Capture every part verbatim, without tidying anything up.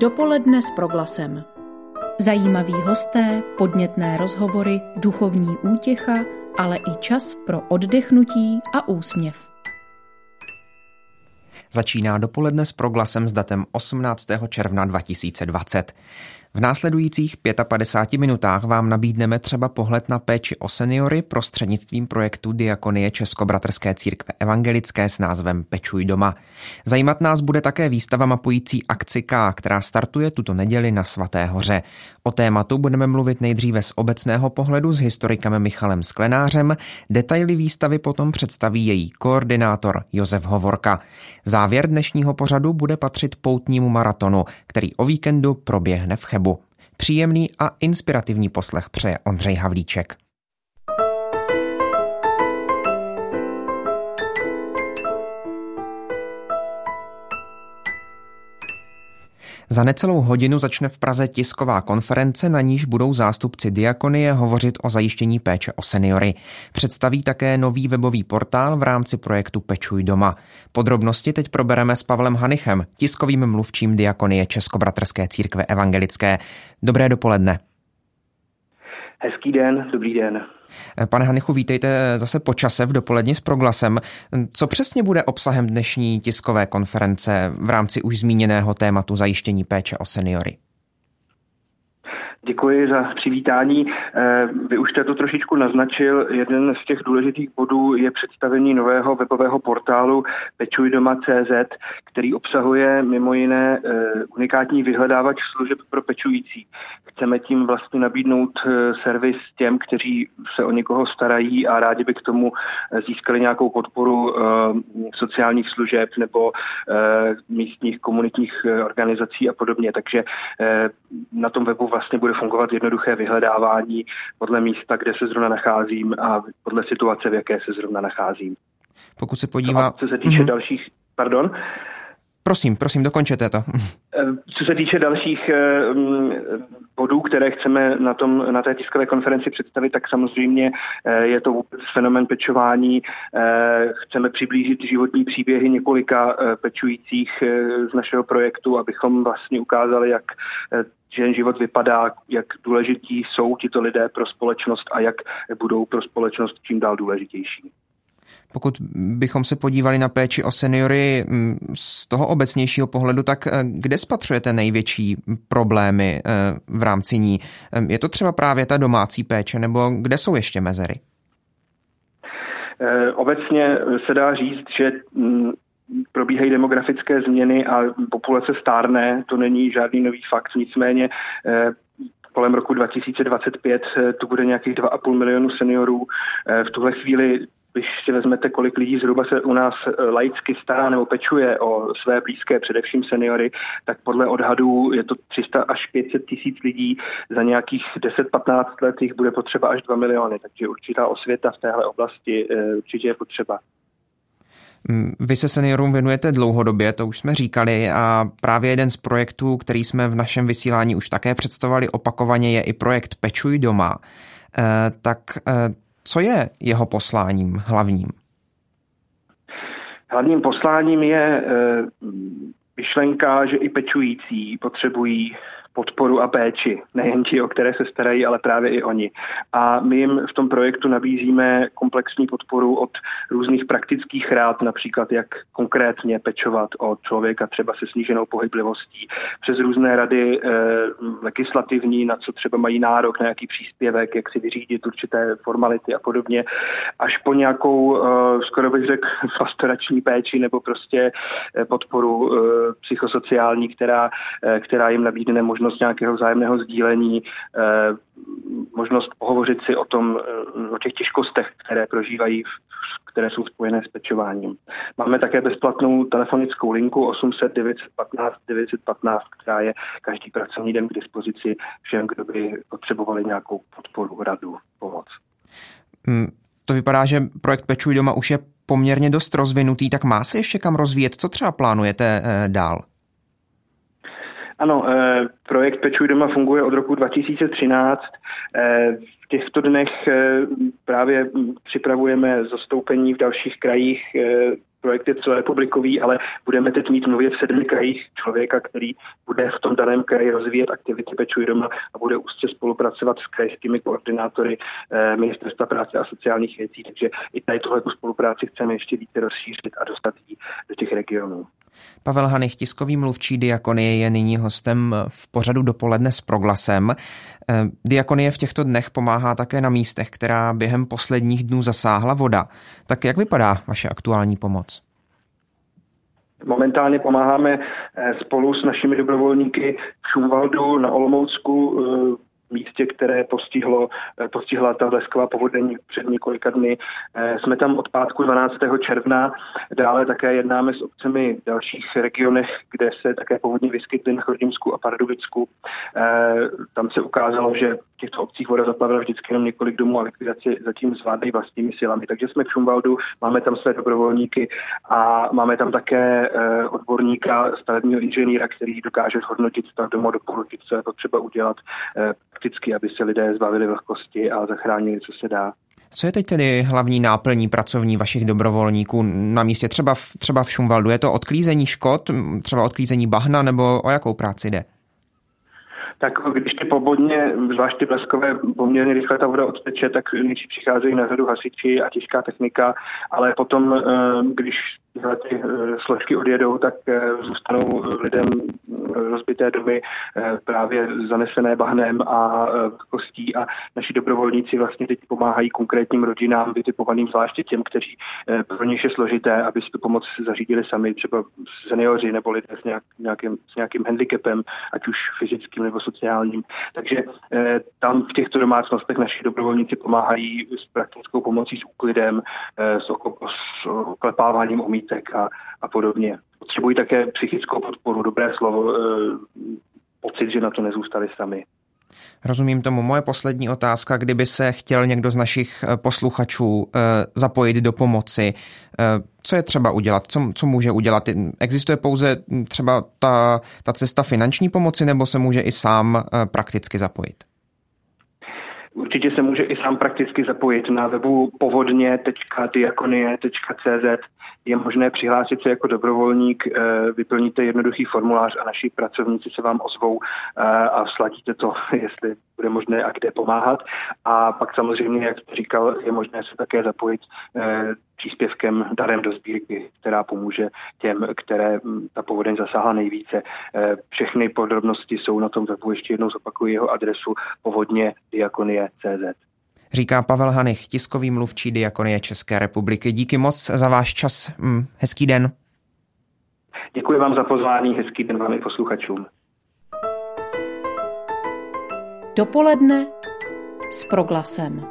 Dopoledne s Proglasem. Zajímaví hosté, podnětné rozhovory, duchovní útěcha, ale i čas pro oddechnutí a úsměv. Začíná Dopoledne s Proglasem s datem osmnáctého června dva tisíce dvacet. V následujících padesát pěti minutách vám nabídneme třeba pohled na péči o seniory prostřednictvím projektu Diakonie Českobratrské církve evangelické s názvem Pečuj doma. Zajímat nás bude také výstava mapující akci K, která startuje tuto neděli na Svaté hoře. O tématu budeme mluvit nejdříve z obecného pohledu s historikem Michalem Sklenářem, detaily výstavy potom představí její koordinátor Josef Hovorka. Závěr dnešního pořadu bude patřit poutnímu maratonu, který o víkendu proběhne v Chebu. Příjemný a inspirativní poslech přeje Ondřej Havlíček. Za necelou hodinu začne v Praze tisková konference, na níž budou zástupci Diakonie hovořit o zajištění péče o seniory. Představí také nový webový portál v rámci projektu Pečuj doma. Podrobnosti teď probereme s Pavlem Hanichem, tiskovým mluvčím Diakonie Českobratrské církve evangelické. Dobré dopoledne. Hezký den, dobrý den. Pane Hanichu, vítejte zase po čase v Dopoledni s Proglasem. Co přesně bude obsahem dnešní tiskové konference v rámci už zmíněného tématu zajištění péče o seniory? Děkuji za přivítání. Vy už jste to trošičku naznačil. Jeden z těch důležitých bodů je představení nového webového portálu pečuj doma tečka cé zet, který obsahuje mimo jiné unikátní vyhledávač služeb pro pečující. Chceme tím vlastně nabídnout servis těm, kteří se o někoho starají a rádi by k tomu získali nějakou podporu sociálních služeb nebo místních komunitních organizací a podobně. Takže na tom webu vlastně bude fungovat jednoduché vyhledávání podle místa, kde se zrovna nacházím a podle situace, v jaké se zrovna nacházím. Pokud se podívá... Co se týče mm-hmm. dalších... Pardon? Prosím, prosím, dokončete to. Co se týče dalších um, bodů, které chceme na, tom, na té tiskové konferenci představit, tak samozřejmě je to vůbec fenomén pečování. Chceme přiblížit životní příběhy několika pečujících z našeho projektu, abychom vlastně ukázali, jak že jen život vypadá, jak důležití jsou tito lidé pro společnost a jak budou pro společnost čím dál důležitější. Pokud bychom se podívali na péči o seniory z toho obecnějšího pohledu, tak kde spatřujete největší problémy v rámci ní? Je to třeba právě ta domácí péče, nebo kde jsou ještě mezery? Obecně se dá říct, že probíhají demografické změny a populace stárne, to není žádný nový fakt, nicméně kolem roku dva tisíce dvacet pět tu bude nějakých dva a půl milionu seniorů. V tuhle chvíli, když si vezmete, kolik lidí zhruba se u nás laicky stará nebo pečuje o své blízké, především seniory, tak podle odhadů je to tři sta až pět set tisíc lidí. Za nějakých deset patnáct let jich bude potřeba až dva miliony, takže určitá osvěta v téhle oblasti určitě je potřeba. Vy se seniorům věnujete dlouhodobě, to už jsme říkali, a právě jeden z projektů, který jsme v našem vysílání už také představovali opakovaně, je i projekt Pečuj doma. E, tak e, co je jeho posláním hlavním? Hlavním posláním je e, myšlenka, že i pečující potřebují podporu a péči. Nejen ti, o které se starají, ale právě i oni. A my jim v tom projektu nabízíme komplexní podporu od různých praktických rád, například jak konkrétně pečovat o člověka třeba se sníženou pohyblivostí, přes různé rady eh, legislativní, na co třeba mají nárok, na jaký příspěvek, jak si vyřídit určité formality a podobně, až po nějakou, eh, skoro bych řekl, pastorační péči nebo prostě eh, podporu eh, psychosociální, která, eh, která jim nabídne možnost možnost nějakého vzájemného sdílení, eh, možnost pohovořit si o tom, o těch těžkostech, které prožívají, které jsou spojené s pečováním. Máme také bezplatnou telefonickou linku osm set devět set patnáct devět set patnáct, která je každý pracovní den k dispozici všem, kdo by potřebovali nějakou podporu, radu, pomoc. Hmm, to vypadá, že projekt Pečuj doma už je poměrně dost rozvinutý, tak má se ještě kam rozvíjet? Co třeba plánujete eh, dál? Ano, projekt Pečuj doma funguje od roku dva tisíce třináct. V těchto dnech právě připravujeme zastoupení v dalších krajích projekt je celorepublikový, ale budeme teď mít nově v sedmi krajích člověka, který bude v tom daném kraji rozvíjet aktivity Pečuj doma a bude úzce spolupracovat s krajskými koordinátory eh, Ministerstva práce a sociálních věcí. Takže i tady tohle spolupráci chceme ještě více rozšířit a dostat ji do těch regionů. Pavel Hanich, tiskový mluvčí Diakonie, je nyní hostem v pořadu Dopoledne s Proglasem. Diakonie v těchto dnech pomáhá také na místech, která během posledních dnů zasáhla voda. Tak jak vypadá vaše aktuální pomoc? Momentálně pomáháme spolu s našimi dobrovolníky v Šumvaldu na Olomoucku, místě, které postihlo, postihla ta blesková povodeň před několika dny. Jsme tam od pátku dvanáctého června, dále také jednáme s obcemi v dalších regionech, kde se také povodně vyskytly na Chrudimsku a Pardubicku. Tam se ukázalo, že v těchto obcích voda zaplavila vždycky jenom několik domů a likvidaci zatím zvládají vlastními silami. Takže jsme v Šumvaldu, máme tam své dobrovolníky a máme tam také odborníka, stavebního inženýra, který dokáže hodnotit stav domu a doporučit, co je potřeba udělat prakticky, aby se lidé zbavili vlhkosti a zachránili, co se dá. Co je teď tedy hlavní náplní pracovní vašich dobrovolníků na místě, třeba v, třeba v Šumvaldu? Je to odklízení škod, třeba odklízení bahna, nebo o jakou práci jde? Tak když ty povodně, zvlášť ty bleskové, poměrně rychle ta voda odteče, tak nejdřív přicházejí na řadu hasiči a těžká technika, ale potom, když tyhle ty složky odjedou, tak zůstanou lidem rozbité domy právě zanesené bahnem a kostí a naši dobrovolníci vlastně teď pomáhají konkrétním rodinám, vytipovaným zvláště těm, kteří pro ně je složité, aby si tu pomoc zařídili sami, třeba seniori nebo lidé s, nějak, nějakým, s nějakým handicapem, ať už fyzickým nebo sociálním. Takže eh, tam v těchto domácnostech naši dobrovolníci pomáhají s praktickou pomocí, s úklidem, eh, s, oko, s oklepáváním omítek a, a podobně. Potřebují také psychickou podporu, dobré slovo, eh, pocit, že na to nezůstali sami. Rozumím tomu. Moje poslední otázka, kdyby se chtěl někdo z našich posluchačů zapojit do pomoci, co je třeba udělat? Co, co může udělat? Existuje pouze třeba ta, ta cesta finanční pomoci, nebo se může i sám prakticky zapojit? Určitě se může i sám prakticky zapojit. Na webu povodně tečka diakonie tečka cé zet je možné přihlásit se jako dobrovolník, vyplníte jednoduchý formulář a naši pracovníci se vám ozvou a sladíte to, jestli bude možné a kde pomáhat. A pak samozřejmě, jak jste říkal, je možné se také zapojit příspěvkem, darem do sbírky, která pomůže těm, které ta povodeň zasáhla nejvíce. Všechny podrobnosti jsou na tom webu, ještě jednou zopakuji jeho adresu povodně diakonie tečka cé zet. Říká Pavel Hanich, tiskový mluvčí Diakonie České republiky. Díky moc za váš čas. Hezký den. Děkuji vám za pozvání, hezký den vám i posluchačům. Dopoledne s Proglasem.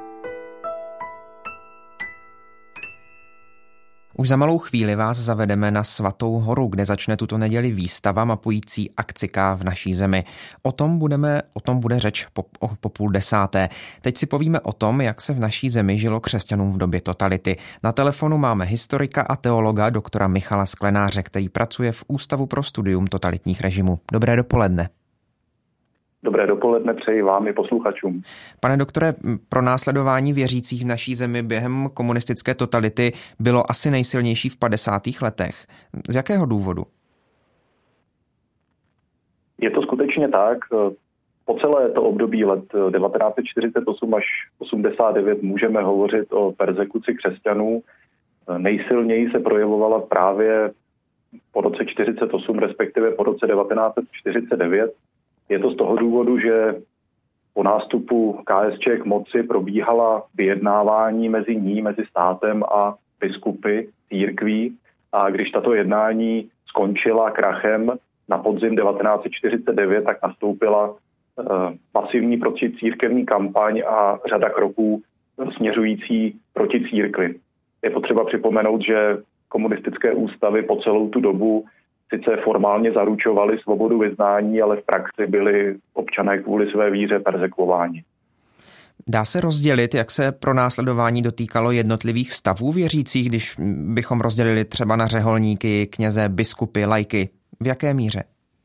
Už za malou chvíli vás zavedeme na Svatou horu, kde začne tuto neděli výstava mapující akci K v naší zemi. O tom, budeme, o tom bude řeč po, po půl desáté. Teď si povíme o tom, jak se v naší zemi žilo křesťanům v době totality. Na telefonu máme historika a teologa doktora Michala Sklenáře, který pracuje v Ústavu pro studium totalitních režimů. Dobré dopoledne. Dobré dopoledne přeji vám i posluchačům. Pane doktore, pronásledování věřících v naší zemi během komunistické totality bylo asi nejsilnější v padesátých letech. Z jakého důvodu? Je to skutečně tak. Po celé to období let devatenáct set čtyřicet osm až osmdesát devět můžeme hovořit o perzekuci křesťanů. Nejsilněji se projevovala právě po roce čtyřicet osm, respektive po roce devatenáct set čtyřicet devět. Je to z toho důvodu, že po nástupu K S Č k moci probíhala vyjednávání mezi ní, mezi státem a biskupy církví. A když tato jednání skončila krachem na podzim devatenáct set čtyřicet devět, tak nastoupila eh, masivní proticírkevní kampaň a řada kroků směřující proti církvi. Je potřeba připomenout, že komunistické ústavy po celou tu dobu sice formálně zaručovali svobodu vyznání, ale v praxi byli občané kvůli své víře perzekvováni. Dá se rozdělit, jak se pronásledování dotýkalo jednotlivých stavů věřících, když bychom rozdělili třeba na řeholníky, kněze, biskupy, laiky? V jaké míře?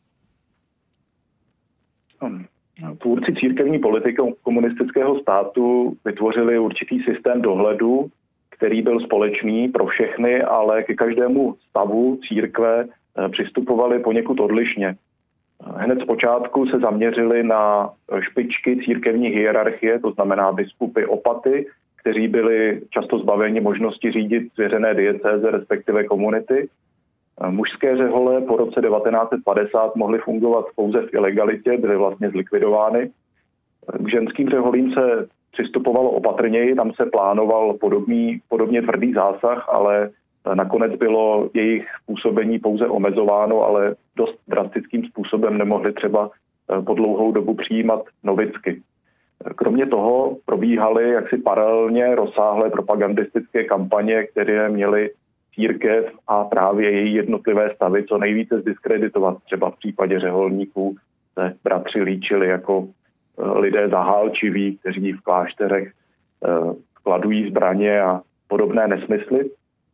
Tvůrci církevní politiky komunistického státu vytvořili určitý systém dohledu, který byl společný pro všechny, ale ke každému stavu církve přistupovali poněkud odlišně. Hned zpočátku se zaměřili na špičky církevní hierarchie, to znamená biskupy opaty, kteří byli často zbaveni možnosti řídit svěřené diecéze, respektive komunity. Mužské řehole po roce devatenáct set padesát mohly fungovat pouze v ilegalitě, byly vlastně zlikvidovány. K ženským řeholím se přistupovalo opatrněji, tam se plánoval podobný, podobně tvrdý zásah, ale nakonec bylo jejich působení pouze omezováno, ale dost drastickým způsobem nemohli třeba po dlouhou dobu přijímat novicky. Kromě toho probíhaly jaksi paralelně rozsáhlé propagandistické kampaně, které měly církev a právě její jednotlivé stavy co nejvíce zdiskreditovat. Třeba v případě řeholníků se bratři líčili jako lidé zahálčiví, kteří v klášterech skladují zbraně a podobné nesmysly.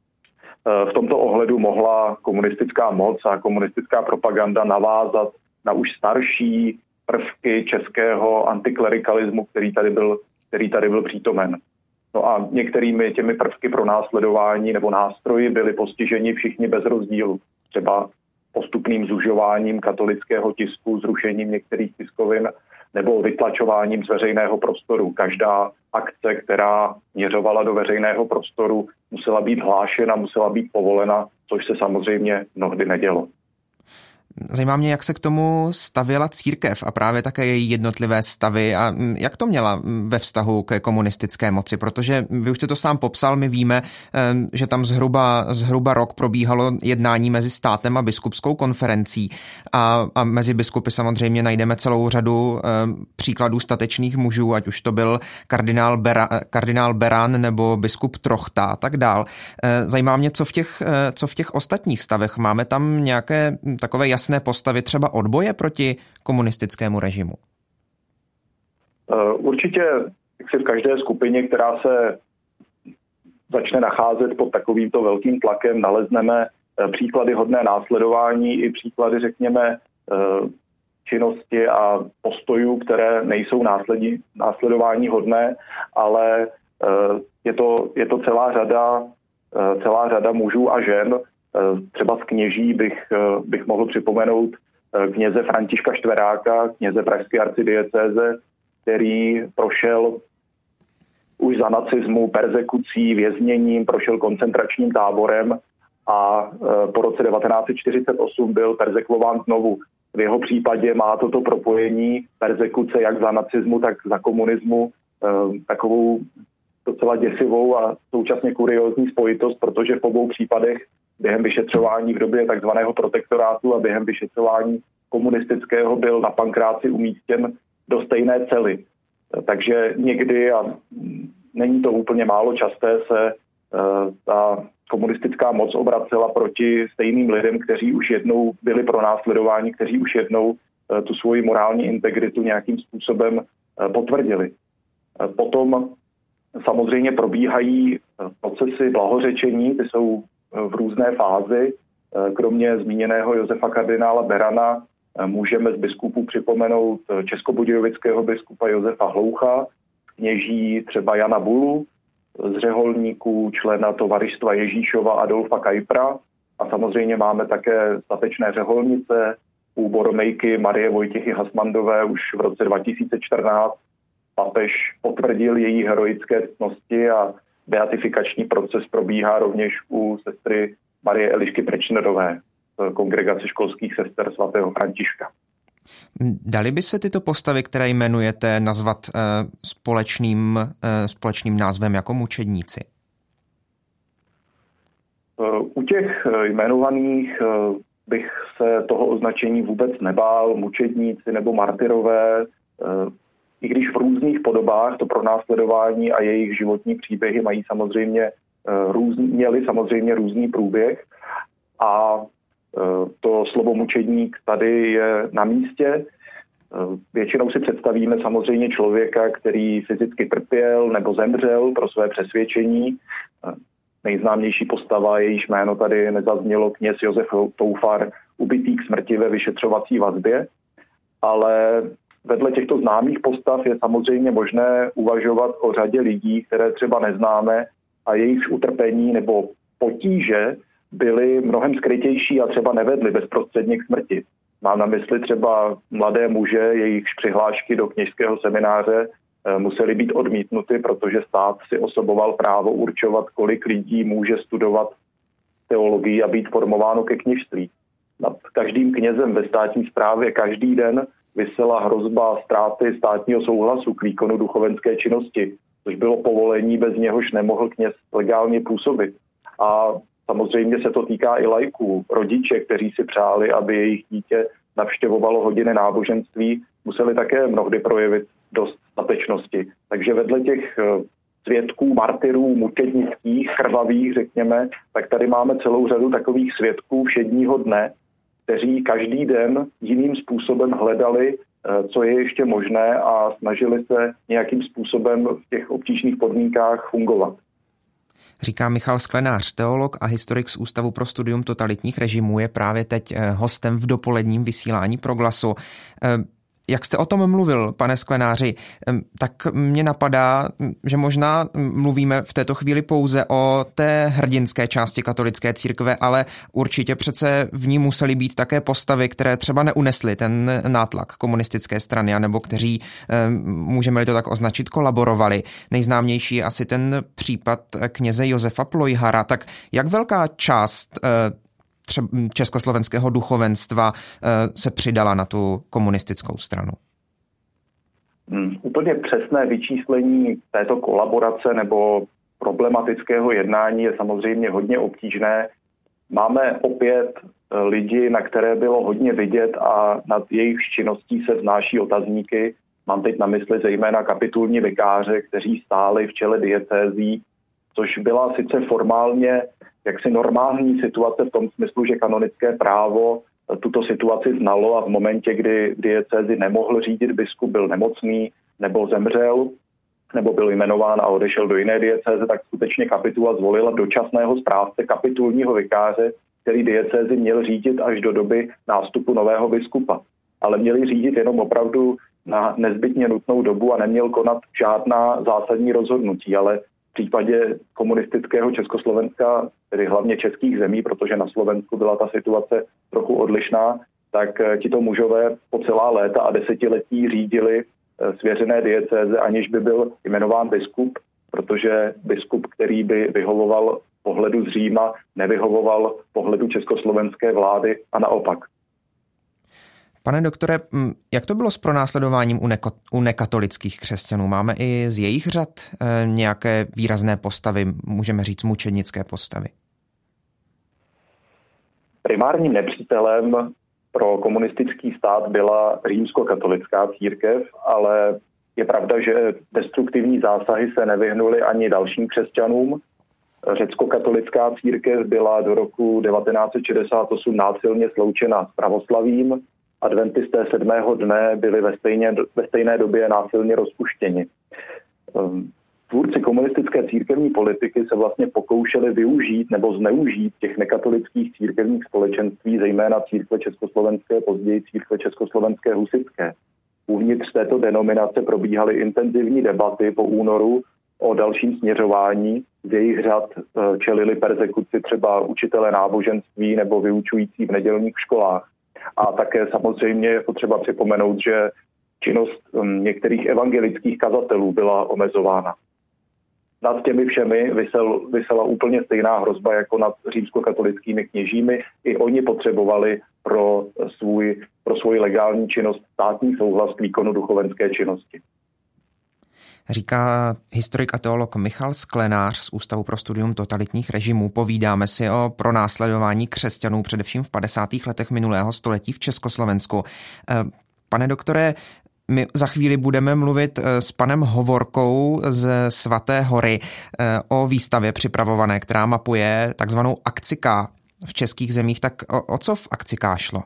V tomto ohledu mohla komunistická moc a komunistická propaganda navázat na už starší prvky českého antiklerikalismu, který tady byl, který tady byl přítomen. No a některými těmi prvky pro následování nebo nástroji byli postiženi všichni bez rozdílu. Třeba postupným zužováním katolického tisku, zrušením některých tiskovin nebo vytlačováním z veřejného prostoru. Každá akce, která měřovala do veřejného prostoru, musela být hlášena, musela být povolena, což se samozřejmě mnohdy nedělo. Zajímá mě, jak se k tomu stavěla církev a právě také její jednotlivé stavy a jak to měla ve vztahu ke komunistické moci, protože vy už jste to sám popsal, my víme, že tam zhruba, zhruba rok probíhalo jednání mezi státem a biskupskou konferencí a, a mezi biskupy samozřejmě najdeme celou řadu eh, příkladů statečných mužů, ať už to byl kardinál, Bera, kardinál Beran nebo biskup Trochta a tak dál. Eh, zajímá mě, co v těch, eh, co v těch ostatních stavech. Máme tam nějaké takové jasné jasné postavy třeba odboje proti komunistickému režimu? Určitě jak si v každé skupině, která se začne nacházet pod takovýmto velkým tlakem, nalezneme příklady hodné následování i příklady, řekněme, činnosti a postojů, které nejsou následí, následování hodné, ale je to, je to celá řada, celá řada mužů a žen. Třeba z kněží bych, bych mohl připomenout kněze Františka Štveráka, kněze pražské arcidiecéze, který prošel už za nacismu perzekucí, vězněním, prošel koncentračním táborem a po roce devatenáct set čtyřicet osm byl perzekvován znovu. V jeho případě má toto propojení perzekuce jak za nacismu, tak za komunismu takovou docela děsivou a současně kuriózní spojitost, protože v obou případech během vyšetřování v době takzvaného protektorátu a během vyšetřování komunistického byl na Pankráci umístěn do stejné cely. Takže někdy, a není to úplně málo časté, se ta komunistická moc obracela proti stejným lidem, kteří už jednou byli pronásledováni, kteří už jednou tu svoji morální integritu nějakým způsobem potvrdili. Potom samozřejmě probíhají procesy blahořečení, ty jsou v různé fázi. Kromě zmíněného Josefa kardinála Berana můžeme z biskupů připomenout českobudějovického biskupa Josefa Hloucha, kněží třeba Jana Bulu, z řeholníků člena Tovaristva Ježíšova Adolfa Kajpra a samozřejmě máme také statečné řeholnice u boromejky Marie Vojtěchy Hasmandové už v roce dva tisíce čtrnáct. Papež potvrdil její heroické ctnosti a beatifikační proces probíhá rovněž u sestry Marie Elišky Prečnerové z kongregace školských sester svatého Františka. Dali by se tyto postavy, které jmenujete, nazvat uh, společným, uh, společným názvem jako mučedníci? Uh, u těch jmenovaných uh, bych se toho označení vůbec nebál, mučedníci nebo martyrové, uh, i když v různých podobách to pronásledování a jejich životní příběhy mají samozřejmě různý, měli samozřejmě různý průběh a to slovo mučedník tady je na místě. Většinou si představíme samozřejmě člověka, který fyzicky trpěl nebo zemřel pro své přesvědčení. Nejznámější postava, jejíž jméno tady nezaznělo, kněz Josef Toufar, ubitý k smrti ve vyšetřovací vazbě, ale vedle těchto známých postav je samozřejmě možné uvažovat o řadě lidí, které třeba neznáme a jejich utrpení nebo potíže byly mnohem skrytější a třeba nevedly bezprostředně k smrti. Mám na mysli třeba mladé muže, jejichž přihlášky do kněžského semináře musely být odmítnuty, protože stát si osoboval právo určovat, kolik lidí může studovat teologii a být formováno ke kněžství. Nad každým knězem ve státní správě každý den visela hrozba ztráty státního souhlasu k výkonu duchovenské činnosti, což bylo povolení, bez něhož nemohl kněz legálně působit. A samozřejmě se to týká i laiků. Rodiče, kteří si přáli, aby jejich dítě navštěvovalo hodiny náboženství, museli také mnohdy projevit dost statečnosti. Takže vedle těch svědků, martyrů, mučednických, krvavých, řekněme, tak tady máme celou řadu takových svědků všedního dne, kteří každý den jiným způsobem hledali, co je ještě možné a snažili se nějakým způsobem v těch obtížných podmínkách fungovat. Říká Michal Sklenář, teolog a historik z Ústavu pro studium totalitních režimů, je právě teď hostem v dopoledním vysílání Proglasu. Jak jste o tom mluvil, pane Sklenáři, tak mě napadá, že možná mluvíme v této chvíli pouze o té hrdinské části katolické církve, ale určitě přece v ní musely být také postavy, které třeba neunesly ten nátlak komunistické strany, anebo kteří, můžeme-li to tak označit, kolaborovali. Nejznámější je asi ten případ kněze Josefa Plojhara. Tak jak velká část třeba československého duchovenstva se přidala na tu komunistickou stranu? Hmm, úplně přesné vyčíslení této kolaborace nebo problematického jednání je samozřejmě hodně obtížné. Máme opět lidi, na které bylo hodně vidět a nad jejich činností se vznáší otazníky. Mám teď na mysli zejména kapitulní vikáře, kteří stáli v čele diecézí, což byla sice formálně jaksi normální situace v tom smyslu, že kanonické právo tuto situaci znalo a v momentě, kdy diecézi nemohl řídit biskup, byl nemocný nebo zemřel, nebo byl jmenován a odešel do jiné diecéze, tak skutečně kapitula zvolila dočasného správce kapitulního vikáře, který diecézi měl řídit až do doby nástupu nového biskupa. Ale měli řídit jenom opravdu na nezbytně nutnou dobu a neměl konat žádná zásadní rozhodnutí, ale v případě komunistického Československa, tedy hlavně českých zemí, protože na Slovensku byla ta situace trochu odlišná, tak tito mužové po celá léta a desetiletí řídili svěřené diecéze, aniž by byl jmenován biskup, protože biskup, který by vyhovoval pohledu z Říma, nevyhovoval pohledu československé vlády a naopak. Pane doktore, jak to bylo s pronásledováním u, neko, u nekatolických křesťanů? Máme i z jejich řad e, nějaké výrazné postavy, můžeme říct mučednické postavy? Primárním nepřítelem pro komunistický stát byla římskokatolická církev, ale je pravda, že destruktivní zásahy se nevyhnuly ani dalším křesťanům. Řeckokatolická církev byla do roku devatenáct set šedesát osm násilně sloučena s pravoslavím. Adventisté sedmého dne byli ve stejné, ve stejné době násilně rozpuštěni. Tvůrci komunistické církevní politiky se vlastně pokoušeli využít nebo zneužít těch nekatolických církevních společenství, zejména církve československé, později církve československé husitské. Uvnitř této denominace probíhaly intenzivní debaty po únoru o dalším směřování. Z jejich řad čelili perzekuci třeba učitelé náboženství nebo vyučující v nedělních školách. A také samozřejmě je potřeba připomenout, že činnost některých evangelických kazatelů byla omezována. Nad těmi všemi vysel, vysela úplně stejná hrozba jako nad římskokatolickými kněžími. I oni potřebovali pro, svůj, pro svou legální činnost státní souhlas k výkonu duchovenské činnosti. Říká historik a teolog Michal Sklenář z Ústavu pro studium totalitních režimů. Povídáme si o pronásledování křesťanů především v padesátých letech minulého století v Československu. Pane doktore, my za chvíli budeme mluvit s panem Hovorkou z Svaté Hory o výstavě připravované, která mapuje takzvanou akci K v českých zemích. Tak o, o co v akci K šlo?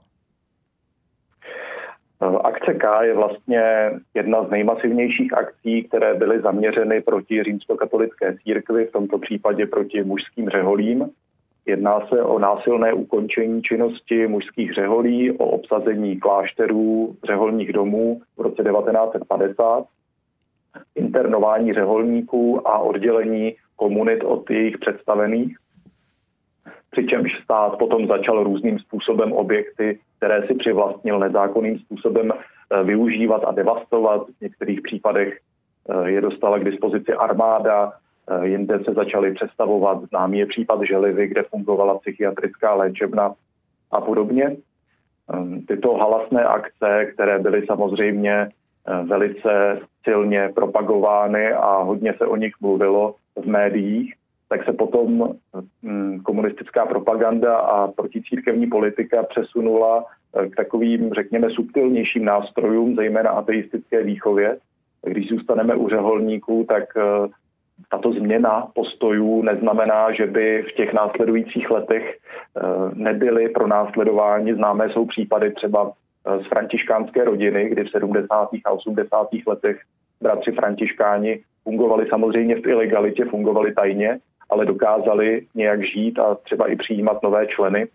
Akce K je vlastně jedna z nejmasivnějších akcí, které byly zaměřeny proti římskokatolické církvi, v tomto případě proti mužským řeholím. Jedná se o násilné ukončení činnosti mužských řeholí, o obsazení klášterů, řeholních domů v roce devatenáct set padesát, internování řeholníků a oddělení komunit od jejich představených, přičemž stát potom začal různým způsobem objekty, které si přivlastnil, nezákonným způsobem využívat a devastovat. V některých případech je dostala k dispozici armáda, jinde se začaly přestavovat. Známý je případ Želivy, kde fungovala psychiatrická léčebna a podobně. Tyto halasné akce, které byly samozřejmě velice silně propagovány a hodně se o nich mluvilo v médiích, tak se potom komunistická propaganda a proticírkevní politika přesunula k takovým, řekněme, subtilnějším nástrojům, zejména ateistické výchově. Když zůstaneme u řeholníků, tak tato změna postojů neznamená, že by v těch následujících letech nebyly pro následování. Známé jsou případy třeba z františkánské rodiny, kdy v sedmdesátých a osmdesátých letech bratři františkáni fungovali samozřejmě v ilegalitě, fungovali tajně, ale dokázali nějak žít a třeba i přijímat nové členy.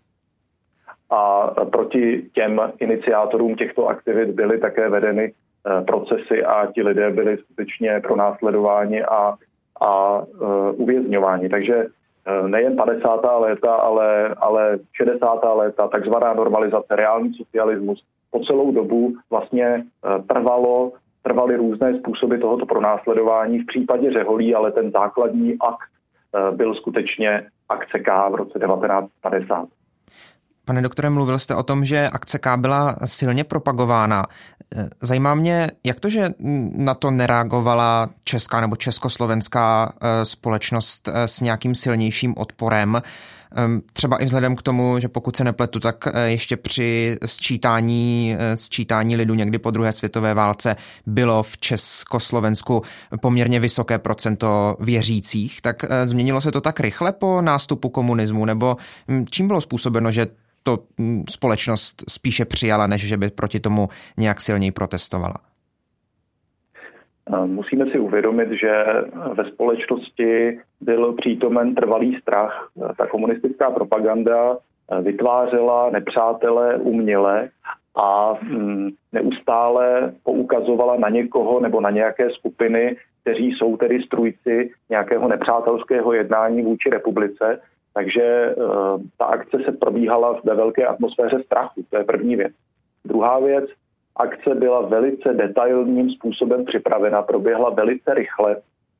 A proti těm iniciátorům těchto aktivit byly také vedeny procesy a ti lidé byli skutečně pronásledováni a, a uh, uvězňováni. Takže uh, nejen padesátá léta, ale, ale šedesátá léta, takzvaná normalizace, reálný socialismus, po celou dobu vlastně uh, trvalo, trvaly různé způsoby tohoto pronásledování. V případě řeholí, ale ten základní akt uh, byl skutečně akce K v roce devatenáct padesát. Pane doktore, mluvil jste o tom, že akce K byla silně propagována. Zajímá mě, jak to, že na to nereagovala česká nebo československá společnost s nějakým silnějším odporem. Třeba i vzhledem k tomu, že pokud se nepletu, tak ještě při sčítání, sčítání lidu někdy po druhé světové válce bylo v Československu poměrně vysoké procento věřících. Tak změnilo se to tak rychle po nástupu komunismu, nebo čím bylo způsobeno, že to společnost spíše přijala, než že by proti tomu nějak silněji protestovala? Musíme si uvědomit, že ve společnosti byl přítomen trvalý strach. Ta komunistická propaganda vytvářela nepřátele uměle a neustále poukazovala na někoho nebo na nějaké skupiny, kteří jsou tedy strůjci nějakého nepřátelského jednání vůči republice. Takže uh, ta akce se probíhala ve velké atmosféře strachu, to je první věc. Druhá věc, akce byla velice detailním způsobem připravena, proběhla velice rychle.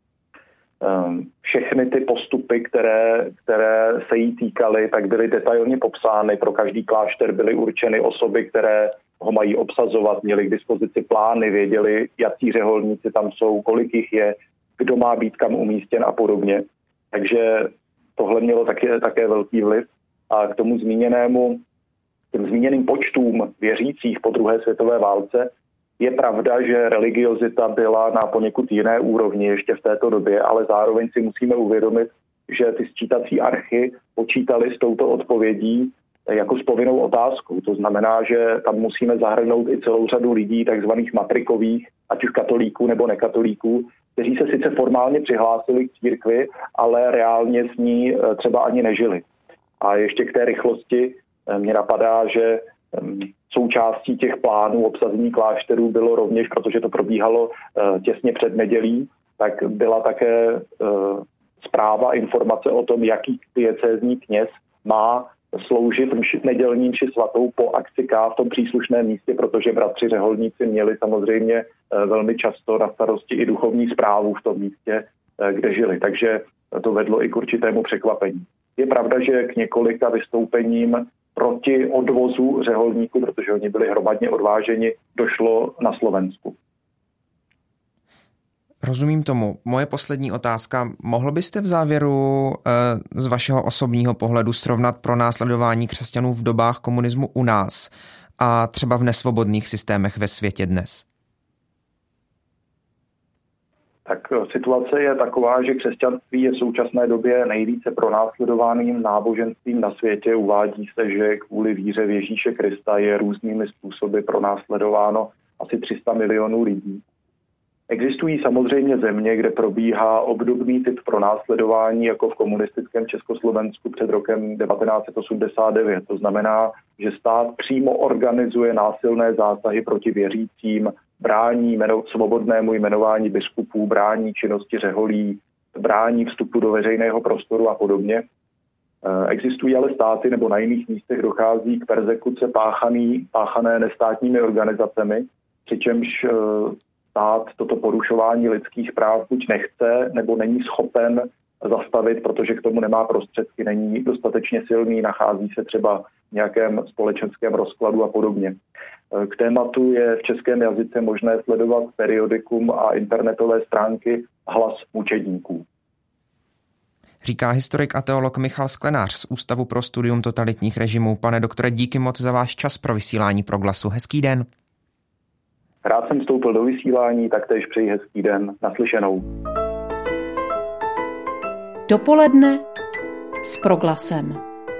Um, všechny ty postupy, které, které se jí týkaly, tak byly detailně popsány. Pro každý klášter byly určeny osoby, které ho mají obsazovat, měli k dispozici plány, věděli, jací řeholníci tam jsou, kolik jich je, kdo má být kam umístěn a podobně. Takže tohle mělo také, také velký vliv a k tomu zmíněnému, těm zmíněným počtům věřících po druhé světové válce je pravda, že religiozita byla na poněkud jiné úrovni ještě v této době, ale zároveň si musíme uvědomit, že ty sčítací archy počítaly s touto odpovědí jako s povinnou otázkou. To znamená, že tam musíme zahrnout i celou řadu lidí, takzvaných matrikových, ať už katolíků nebo nekatolíků, kteří se sice formálně přihlásili k církvi, ale reálně s ní třeba ani nežili. A ještě k té rychlosti mě napadá, že součástí těch plánů obsazení klášterů bylo rovněž, protože to probíhalo těsně před nedělí, tak byla také zpráva, informace o tom, jaký diecézní kněz má sloužit mši, nedělní mši svatou po akci K v tom příslušném místě, protože bratři řeholníci měli samozřejmě velmi často na starosti i duchovní správu v tom místě, kde žili. Takže to vedlo i k určitému překvapení. Je pravda, že k několika vystoupením proti odvozu řeholníků, protože oni byli hromadně odváženi, došlo na Slovensku. Rozumím tomu. Moje poslední otázka. Mohl byste v závěru z vašeho osobního pohledu srovnat pronásledování křesťanů v dobách komunismu u nás a třeba v nesvobodných systémech ve světě dnes? Tak situace je taková, že křesťanství je v současné době nejvíce pronásledovaným náboženstvím na světě. Uvádí se, že kvůli víře v Ježíše Krista je různými způsoby pronásledováno asi tři sta milionů lidí. Existují samozřejmě země, kde probíhá obdobný typ pronásledování jako v komunistickém Československu před rokem devatenáct set osmdesát devět. To znamená, že stát přímo organizuje násilné zásahy proti věřícím, brání jmeno, svobodnému jmenování biskupů, brání činnosti řeholí, brání vstupu do veřejného prostoru a podobně. Existují ale státy nebo na jiných místech dochází k perzekuce páchaný, páchané nestátními organizacemi, přičemž stát toto porušování lidských práv buď nechce nebo není schopen zastavit, protože k tomu nemá prostředky, není dostatečně silný, nachází se třeba v nějakém společenském rozkladu a podobně. K tématu je v českém jazyce možné sledovat periodikum a internetové stránky Hlas mučedníků. Říká historik a teolog Michal Sklenář z Ústavu pro studium totalitních režimů. Pane doktore, díky moc za váš čas pro vysílání Proglasu. Hezký den. Rád jsem vstoupil do vysílání, taktéž přeji hezký den. Naslyšenou. Dopoledne s Proglasem.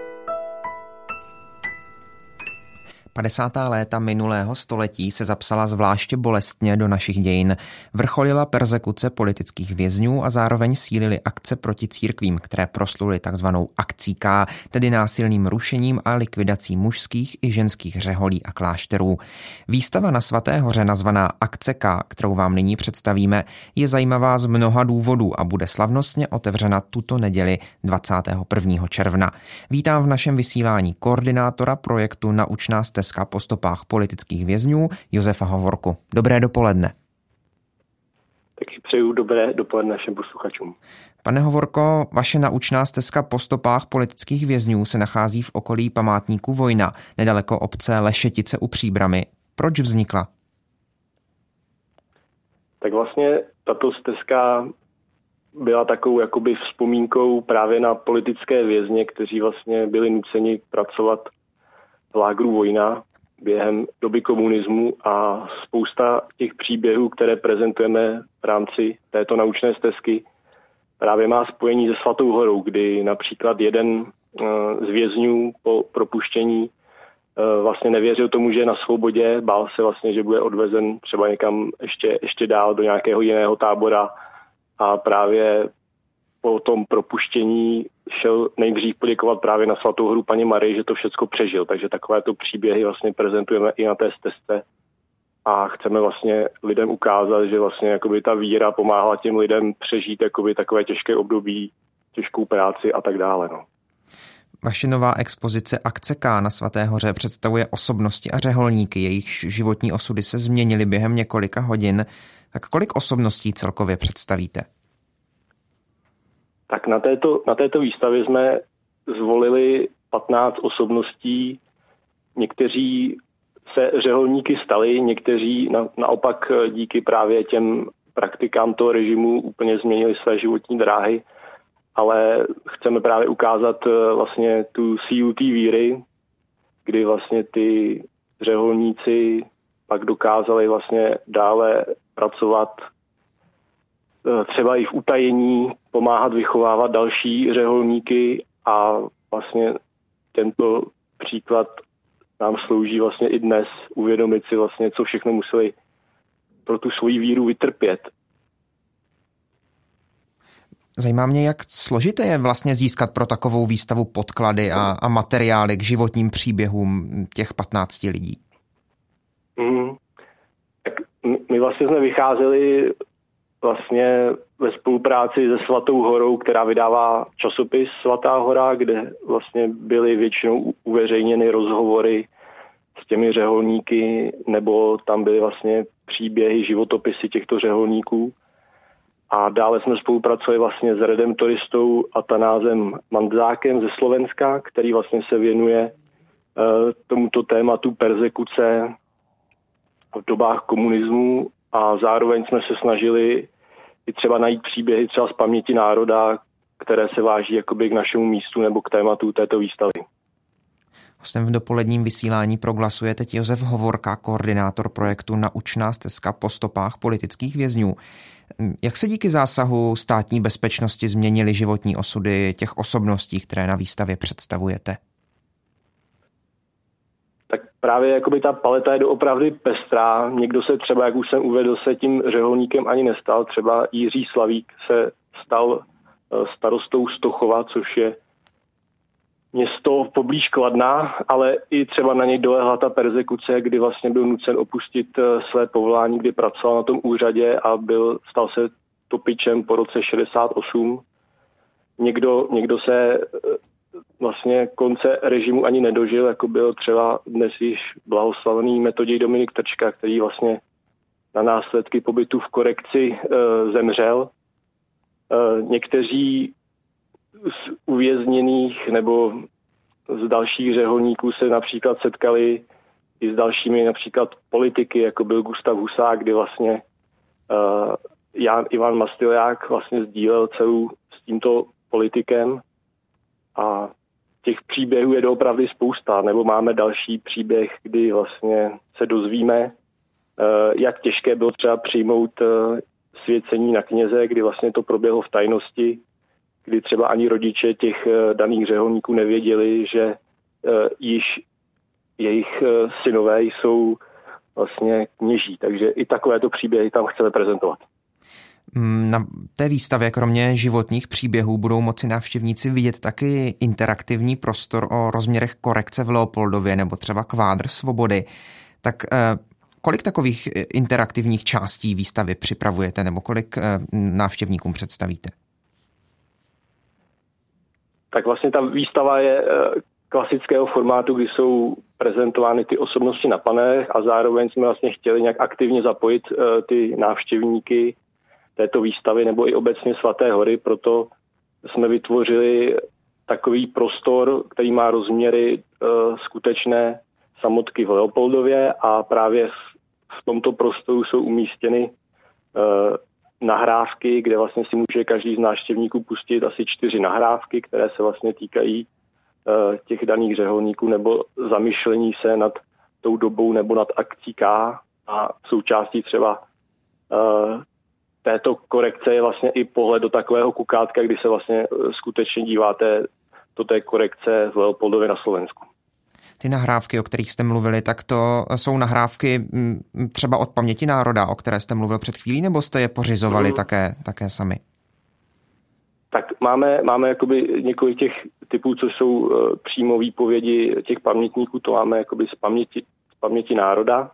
padesátá léta minulého století se zapsala zvláště bolestně do našich dějin. Vrcholila perzekuce politických vězňů a zároveň sílily akce proti církvím, které prosluly takzvanou akcí K, tedy násilným rušením a likvidací mužských i ženských řeholí a klášterů. Výstava na Svaté hoře nazvaná Akce K, kterou vám nyní představíme, je zajímavá z mnoha důvodů a bude slavnostně otevřena tuto neděli dvacátého prvního června. Vítám v našem vysílání koordinátora projektu Naučná stezka po stopách politických vězňů Josefa Hovorku. Dobré dopoledne. Taky přeju dobré dopoledne všem posluchačům. Pane Hovorko, vaše naučná stezka po stopách politických vězňů se nachází v okolí památníku Vojna, nedaleko obce Lešetice u Příbrami. Proč vznikla? Tak vlastně tato stezka byla takovou jakoby vzpomínkou právě na politické vězně, kteří vlastně byli nuceni pracovat v lágru Vojna během doby komunismu a spousta těch příběhů, které prezentujeme v rámci této naučné stezky, právě má spojení se Svatou horou, kdy například jeden z vězňů po propuštění vlastně nevěřil tomu, že je na svobodě, bál se vlastně, že bude odvezen třeba někam ještě, ještě dál do nějakého jiného tábora a právě po tom propuštění šel nejdřív poděkovat právě na Svatou horu Panně Marii, že to všecko přežil. Takže takovéto příběhy vlastně prezentujeme i na té stezce a chceme vlastně lidem ukázat, že vlastně jakoby ta víra pomáhala těm lidem přežít jakoby takové těžké období, těžkou práci a tak dále. No. Vaše nová expozice Akce K na Svaté hoře představuje osobnosti a řeholníky, jejichž životní osudy se změnily během několika hodin. Tak kolik osobností celkově představíte? Tak na této, na této výstavě jsme zvolili patnáct osobností. Někteří se řeholníky stali, někteří na, naopak díky právě těm praktikám toho režimu úplně změnili své životní dráhy, ale chceme právě ukázat vlastně tu sílu té víry, kdy vlastně ty řeholníci pak dokázali vlastně dále pracovat třeba i v utajení, pomáhat vychovávat další řeholníky a vlastně tento příklad nám slouží vlastně i dnes uvědomit si vlastně, co všechno museli pro tu svoji víru vytrpět. Zajímá mě, jak složité je vlastně získat pro takovou výstavu podklady a, a materiály k životním příběhům těch patnácti lidí. Mm, tak my vlastně jsme vycházeli vlastně ve spolupráci se Svatou horou, která vydává časopis Svatá hora, kde vlastně byly většinou uveřejněny rozhovory s těmi řeholníky, nebo tam byly vlastně příběhy, životopisy těchto řeholníků. A dále jsme spolupracovali vlastně s redemptoristou Atanázem Mandzákem ze Slovenska, který vlastně se věnuje uh, tomuto tématu perzekuce v dobách komunismu a zároveň jsme se snažili i třeba najít příběhy třeba z paměti národa, které se váží jakoby k našemu místu nebo k tématu této výstavy. Hostem v dopoledním vysílání Proglasu je teď Josef Hovorka, koordinátor projektu Naučná stezka po stopách politických vězňů. Jak se díky zásahu státní bezpečnosti změnily životní osudy těch osobností, které na výstavě představujete? Tak právě jakoby ta paleta je doopravdy pestrá. Někdo se třeba, jak už jsem uvedl, se tím řeholníkem ani nestal. Třeba Jiří Slavík se stal starostou Stochova, což je město poblíž Kladna, ale i třeba na něj dolehla ta perzekuce, kdy vlastně byl nucen opustit své povolání, kdy pracoval na tom úřadě a byl, stal se topičem po roce šedesát osm. Někdo, někdo se vlastně konce režimu ani nedožil, jako byl třeba dnes již blahoslavený Metoděj Dominik Trčka, který vlastně na následky pobytu v korekci e, zemřel. E, někteří z uvězněných nebo z dalších řeholníků se například setkali i s dalšími například politiky, jako byl Gustav Husák, kdy vlastně uh, Jan Ivan Mastyliák vlastně sdílel celou s tímto politikem a těch příběhů je doopravdy spousta, nebo máme další příběh, kdy vlastně se dozvíme, uh, jak těžké bylo třeba přijmout uh, svěcení na kněze, kdy vlastně to proběhlo v tajnosti, kdy třeba ani rodiče těch uh, daných řeholníků nevěděli, že uh, již jejich synové jsou vlastně kněží. Takže i takovéto příběhy tam chceme prezentovat. Na té výstavě kromě životních příběhů budou moci návštěvníci vidět taky interaktivní prostor o rozměrech korekce v Leopoldově nebo třeba kvádr svobody. Tak kolik takových interaktivních částí výstavy připravujete nebo kolik návštěvníkům představíte? Tak vlastně ta výstava je klasického formátu, kdy jsou prezentovány ty osobnosti na panelech a zároveň jsme vlastně chtěli nějak aktivně zapojit uh, ty návštěvníky této výstavy nebo i obecně Svaté hory, proto jsme vytvořili takový prostor, který má rozměry uh, skutečné samotky v Leopoldově a právě v, v tomto prostoru jsou umístěny uh, nahrávky, kde vlastně si může každý z návštěvníků pustit asi čtyři nahrávky, které se vlastně týkají těch daných řeholníků nebo zamyšlení se nad tou dobou nebo nad akcí K a součástí třeba uh, této korekce je vlastně i pohled do takového kukátka, kdy se vlastně skutečně díváte do té korekce v Leopoldově na Slovensku. Ty nahrávky, o kterých jste mluvili, tak to jsou nahrávky třeba od Paměti národa, o které jste mluvil před chvílí, nebo jste je pořizovali hmm. také, také sami? Tak máme, máme jakoby několik těch typů, co jsou uh, přímo výpovědi těch pamětníků, to máme jakoby z paměti, z paměti národa.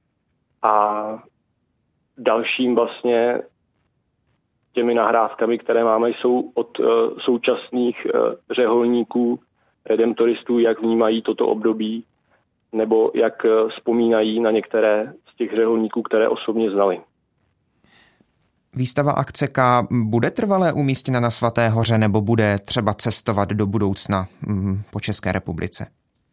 A dalším vlastně těmi nahrávkami, které máme, jsou od uh, současných uh, řeholníků, redemptoristů, jak vnímají toto období, nebo jak uh, vzpomínají na některé z těch řeholníků, které osobně znali. Výstava Akce K bude trvalé umístěna na Svaté hoře nebo bude třeba cestovat do budoucna po České republice?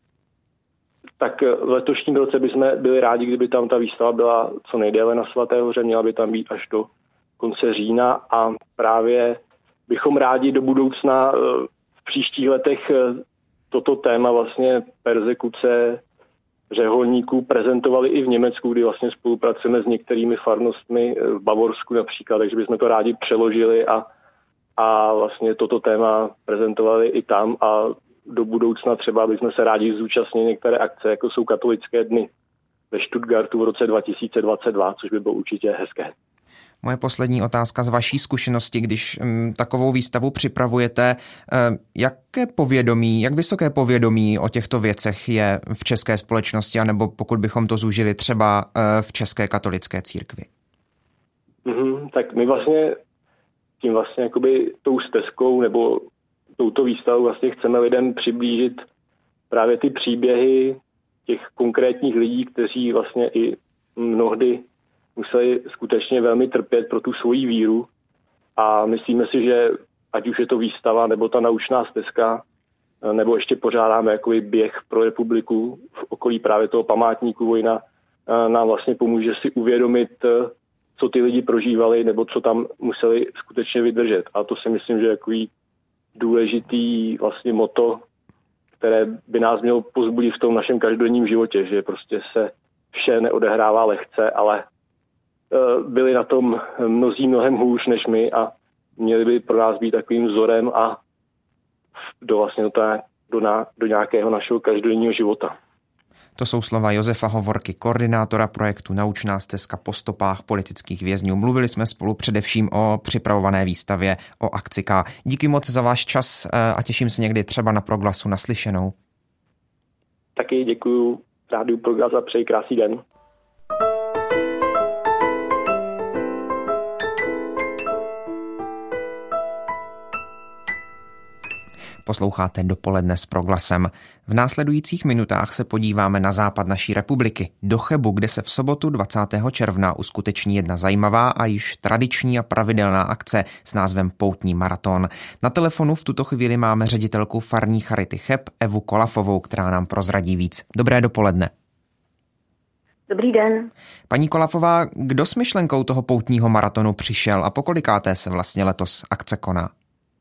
Tak v letošním roce bychom byli rádi, kdyby tam ta výstava byla co nejdéle na Svaté hoře, měla by tam být až do konce října a právě bychom rádi do budoucna v příštích letech toto téma vlastně perzekuce řeholníků prezentovali i v Německu, kdy vlastně spolupracujeme s některými farnostmi v Bavorsku například, takže bychom to rádi přeložili a, a vlastně toto téma prezentovali i tam a do budoucna třeba bychom se rádi zúčastnili některé akce, jako jsou katolické dny ve Stuttgartu v roce dva tisíce dvacet dva, což by bylo určitě hezké. Moje poslední otázka z vaší zkušenosti, když m, takovou výstavu připravujete, e, jaké povědomí, jak vysoké povědomí o těchto věcech je v české společnosti, anebo pokud bychom to zúžili třeba e, v české katolické církvi? Mm-hmm, tak my vlastně tím vlastně jakoby tou stezkou nebo touto výstavou vlastně chceme lidem přiblížit právě ty příběhy těch konkrétních lidí, kteří vlastně i mnohdy museli skutečně velmi trpět pro tu svoji víru a myslíme si, že ať už je to výstava nebo ta naučná stezka, nebo ještě pořádáme jakoby běh pro republiku v okolí právě toho památníku Vojna, nám vlastně pomůže si uvědomit, co ty lidi prožívali nebo co tam museli skutečně vydržet. A to si myslím, že je takový důležitý vlastně motto, které by nás mělo pozbudit v tom našem každodenním životě, že prostě se vše neodehrává lehce, ale byli na tom mnozí mnohem hůř než my a měli by pro nás být takovým vzorem a do, vlastně do, ta, do, na, do nějakého našeho každodenního života. To jsou slova Josefa Hovorky, koordinátora projektu Naučná stezka po stopách politických vězňů. Mluvili jsme spolu především o připravované výstavě o Akci K. Díky moc za váš čas a těším se někdy třeba na Proglasu. Naslyšenou. Taky děkuju Rádiu Proglas a přeji krásný den. Posloucháte Dopoledne s Proglasem. V následujících minutách se podíváme na západ naší republiky, do Chebu, kde se v sobotu dvacátého června uskuteční jedna zajímavá a již tradiční a pravidelná akce s názvem Poutní maraton. Na telefonu v tuto chvíli máme ředitelku farní charity Cheb Evu Kolafovou, která nám prozradí víc. Dobré dopoledne. Dobrý den. Paní Kolafová, kdo s myšlenkou toho poutního maratonu přišel a pokolikáté se vlastně letos akce koná?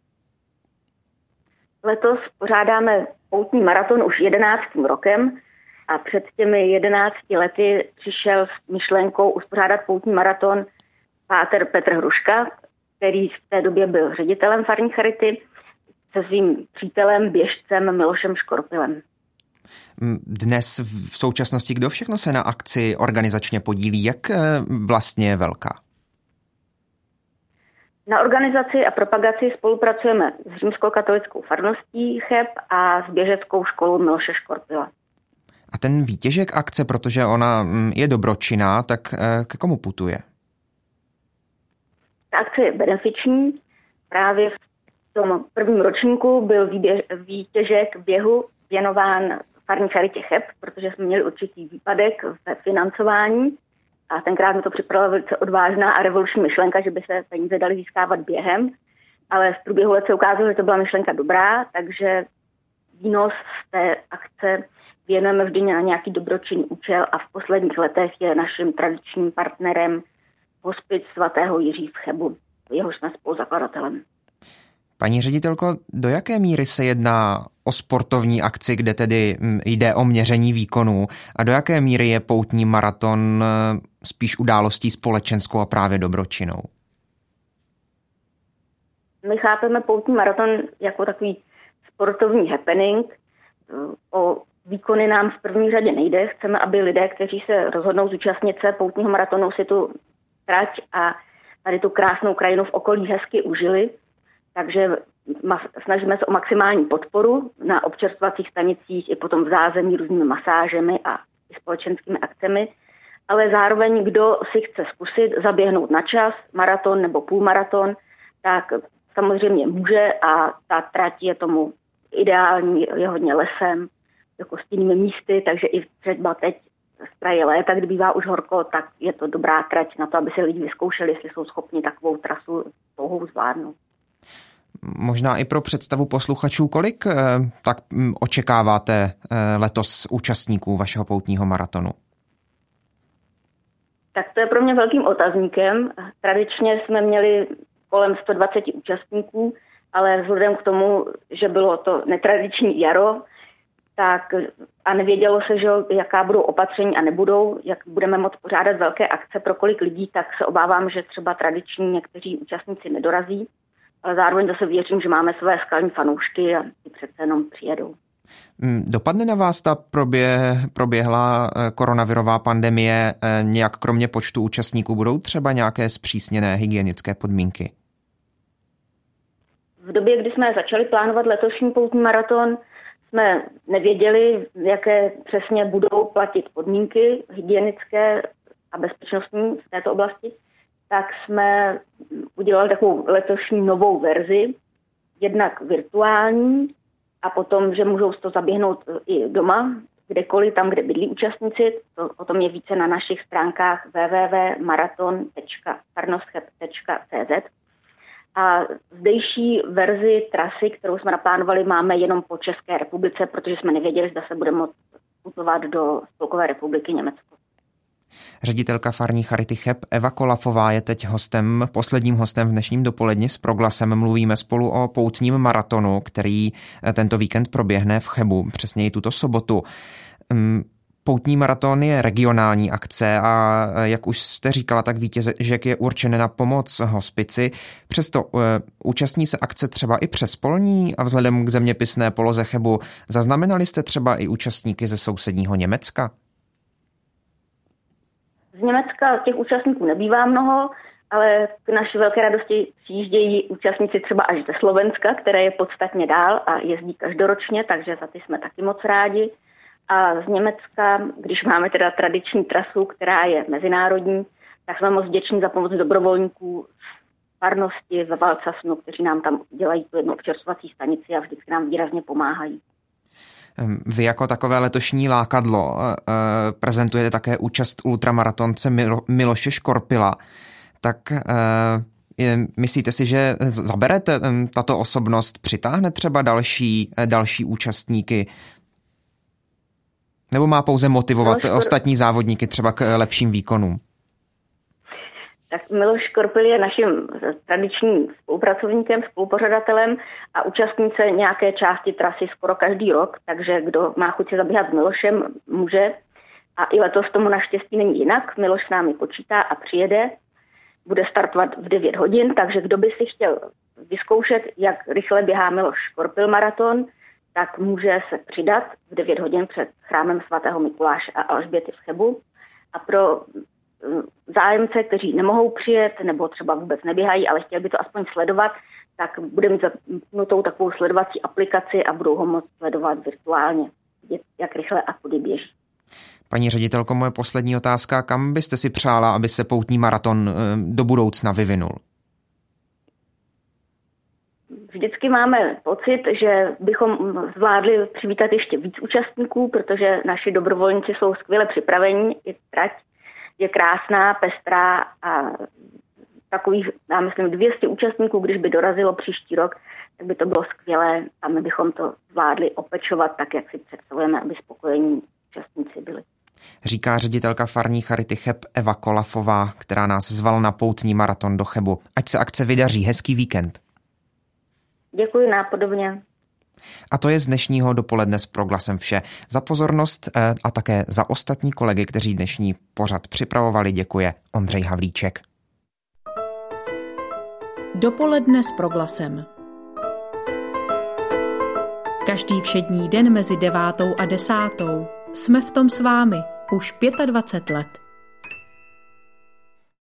Letos pořádáme poutní maraton už jedenáctým rokem a před těmi jedenácti lety přišel s myšlenkou uspořádat poutní maraton páter Petr Hruška, který v té době byl ředitelem farní charity, se svým přítelem, běžcem Milošem Škorpilem. Dnes v současnosti kdo všechno se na akci organizačně podílí? Jak vlastně je velká? Na organizaci a propagaci spolupracujeme s římskokatolickou farností Cheb a s běžeckou školou Miloše Škorpila. A ten výtěžek akce, protože ona je dobročinná, tak ke komu putuje? Ta akce je benefiční. Právě v tom prvním ročníku byl výběž, výtěžek běhu věnován farní charitě Cheb, protože jsme měli určitý výpadek ve financování. A tenkrát mi to připravila velice odvážná a revoluční myšlenka, že by se peníze daly získávat během. Ale v průběhu let se ukázalo, že to byla myšlenka dobrá, takže výnos z té akce věnujeme vždy na nějaký dobročinný účel a v posledních letech je naším tradičním partnerem hospic svatého Jiří v Chebu. Jehož jsme spoluzakladatelem. Paní ředitelko, do jaké míry se jedná o sportovní akci, kde tedy jde o měření výkonů, a do jaké míry je poutní maraton spíš událostí společenskou a právě dobročinnou? My chápeme poutní maraton jako takový sportovní happening. O výkony nám v první řadě nejde. Chceme, aby lidé, kteří se rozhodnou zúčastnit se poutního maratonu, si tu trať a tady tu krásnou krajinu v okolí hezky užili. Takže snažíme se o maximální podporu na občerstvovacích stanicích i potom v zázemí různými masážemi a i společenskými akcemi, ale zároveň, kdo si chce zkusit zaběhnout na čas, maraton nebo půlmaraton, tak samozřejmě může a ta trať je tomu ideální, je hodně lesem, jako stínnými místy, takže i třeba teď v kraji léta, kdy bývá už horko, tak je to dobrá trať na to, aby si lidi vyzkoušeli, jestli jsou schopni takovou trasu dlouhou zvládnout. Možná i pro představu posluchačů, kolik eh, tak hm, očekáváte eh, letos účastníků vašeho poutního maratonu? Tak to je pro mě velkým otazníkem. Tradičně jsme měli kolem sto dvacet účastníků, ale vzhledem k tomu, že bylo to netradiční jaro, tak a nevědělo se, že jaká budou opatření a nebudou, jak budeme moct pořádat velké akce pro kolik lidí, tak se obávám, že třeba tradiční někteří účastníci nedorazí. Ale zároveň zase věřím, že máme své skalní fanoušky a ty přece jenom přijedou. Dopadne na vás ta probě, proběhlá koronavirová pandemie nějak kromě počtu účastníků? Budou třeba nějaké zpřísněné hygienické podmínky? V době, kdy jsme začali plánovat letošní poutní maraton, jsme nevěděli, jaké přesně budou platit podmínky hygienické a bezpečnostní v této oblasti. Tak jsme udělali takovou letošní novou verzi, jednak virtuální a potom, že můžou to zaběhnout i doma, kdekoliv, tam, kde bydlí účastníci. To, o tom je více na našich stránkách w w w tečka maraton tečka farnostheb tečka c z. A zdejší verzi trasy, kterou jsme naplánovali, máme jenom po České republice, protože jsme nevěděli, zda se bude moct putovat do Spolkové republiky Německo. Ředitelka farní charity Cheb Eva Kolafová je teď hostem, posledním hostem v dnešním dopoledni s Proglasem. Mluvíme spolu o poutním maratonu, který tento víkend proběhne v Chebu, přesněji tuto sobotu. Poutní maraton je regionální akce a jak už jste říkala, tak výtěžek je určen na pomoc hospici. Přesto uh, účastní se akce třeba i přespolní a vzhledem k zeměpisné poloze Chebu zaznamenali jste třeba i účastníky ze sousedního Německa? Z Německa těch účastníků nebývá mnoho, ale k naší velké radosti přijíždějí účastníci třeba až ze Slovenska, které je podstatně dál a jezdí každoročně, takže za ty jsme taky moc rádi. A z Německa, když máme teda tradiční trasu, která je mezinárodní, tak jsme moc vděční za pomoc dobrovolníků farnosti ve Valcasnu, kteří nám tam dělají tu jednu občerstvovací stanici a vždycky nám výrazně pomáhají. Vy jako takové letošní lákadlo prezentujete také účast ultramaratonce Miloše Škorpila. Tak myslíte si, že zaberete tato osobnost, přitáhne třeba další, další účastníky? Nebo má pouze motivovat Miloš ostatní závodníky třeba k lepším výkonům? Tak Miloš Škorpil je naším tradičním spolupracovníkem, spolupořadatelem a účastníce nějaké části trasy skoro každý rok, takže kdo má chuť se zaběhat s Milošem, může. A i letos tomu naštěstí není jinak. Miloš s námi počítá a přijede. Bude startovat v devět hodin, takže kdo by si chtěl vyzkoušet, jak rychle běhá Miloš Škorpil maraton, tak může se přidat v devět hodin před chrámem svatého Mikuláše a Alžběty v Chebu. A pro zájemce, kteří nemohou přijet nebo třeba vůbec neběhají, ale chtěli by to aspoň sledovat, tak bude mít zapnutou takovou sledovací aplikaci a budou ho moct sledovat virtuálně, jak rychle a kudy běží. Paní ředitelko, moje poslední otázka. Kam byste si přála, aby se poutní maraton do budoucna vyvinul? Vždycky máme pocit, že bychom zvládli přivítat ještě víc účastníků, protože naši dobrovolníci jsou skvěle připraveni. I trať je krásná, pestrá a takových, já myslím, dvě stě účastníků, když by dorazilo příští rok, tak by to bylo skvělé a my bychom to zvládli opečovat tak, jak si představujeme, aby spokojení účastníci byli. Říká ředitelka farní charity Cheb Eva Kolafová, která nás zvala na poutní maraton do Chebu. Ať se akce vydaří, hezký víkend. Děkuji, nápodobně. A to je z dnešního dopoledne s Proglasem vše. Za pozornost a také za ostatní kolegy, kteří dnešní pořad připravovali, děkuje Ondřej Havlíček. Dopoledne s Proglasem. Každý všední den mezi devátou a desátou jsme v tom s vámi už dvacet pět let.